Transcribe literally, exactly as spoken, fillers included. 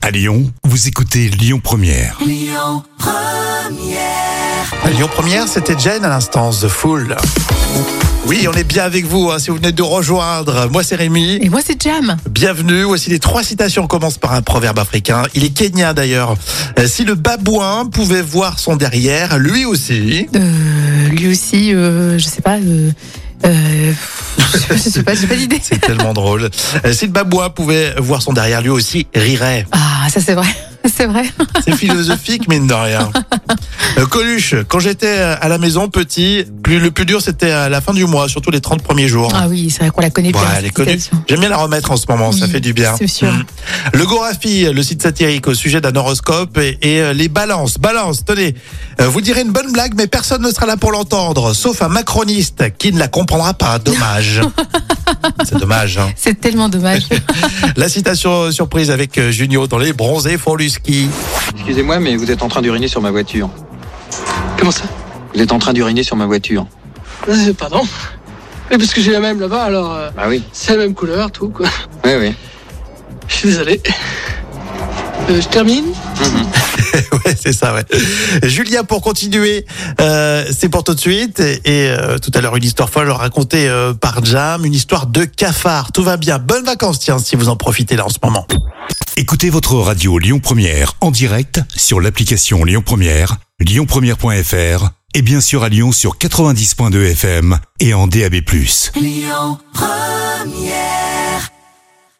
À Lyon, vous écoutez Lyon Première. Lyon Première. À Lyon Première, c'était Jane à l'instant, The Fool. Oui, on est bien avec vous, hein, si vous venez de rejoindre. Moi, c'est Rémi. Et moi, c'est Jam. Bienvenue. Voici les trois citations. On commence par un proverbe africain. Il est kenyan d'ailleurs. Euh, si le babouin pouvait voir son derrière, lui aussi. Euh, lui aussi, euh, je sais pas. Euh, euh, je sais pas, j'ai pas d'idée. C'est tellement drôle. Euh, si le babouin pouvait voir son derrière, lui aussi rirait. Ah, ça c'est vrai. C'est vrai. C'est philosophique, mine de rien. Euh, Coluche, quand j'étais à la maison petit, plus, le plus dur c'était à la fin du mois, surtout les trente premiers jours. Ah oui, c'est vrai qu'on la connaît bien. Ouais, cette elle est connue. citation. J'aime bien la remettre en ce moment, ça Oui, fait du bien. c'est sûr. Mm. Le Gorafi, le site satirique au sujet d'un horoscope et, et euh, les balances. Balance, tenez, euh, vous direz une bonne blague, mais personne ne sera là pour l'entendre, sauf un macroniste qui ne la comprendra pas. Dommage. C'est dommage. Hein. C'est tellement dommage. La citation surprise avec euh, Junio dans les bronzés font du ski. Excusez-moi, mais vous êtes en train d'uriner sur ma voiture. Comment ça? Vous êtes en train d'uriner sur ma voiture. Euh, Pardon? Oui, parce que j'ai la même là-bas, alors euh, Bah oui. c'est la même couleur, tout quoi. Oui, oui. Je suis désolé. Euh, je termine. Ouais, c'est ça, ouais. Julien, pour continuer, euh, c'est pour tout de suite. Et, et, euh, tout à l'heure, une histoire folle racontée euh, par Jam, une histoire de cafard. Tout va bien. Bonnes vacances, tiens, si vous en profitez là en ce moment. Écoutez votre radio Lyon Première en direct sur l'application Lyon Première, lyon première point f r et bien sûr à Lyon sur quatre-vingt-dix point deux F M et en D A B plus. Lyon Première.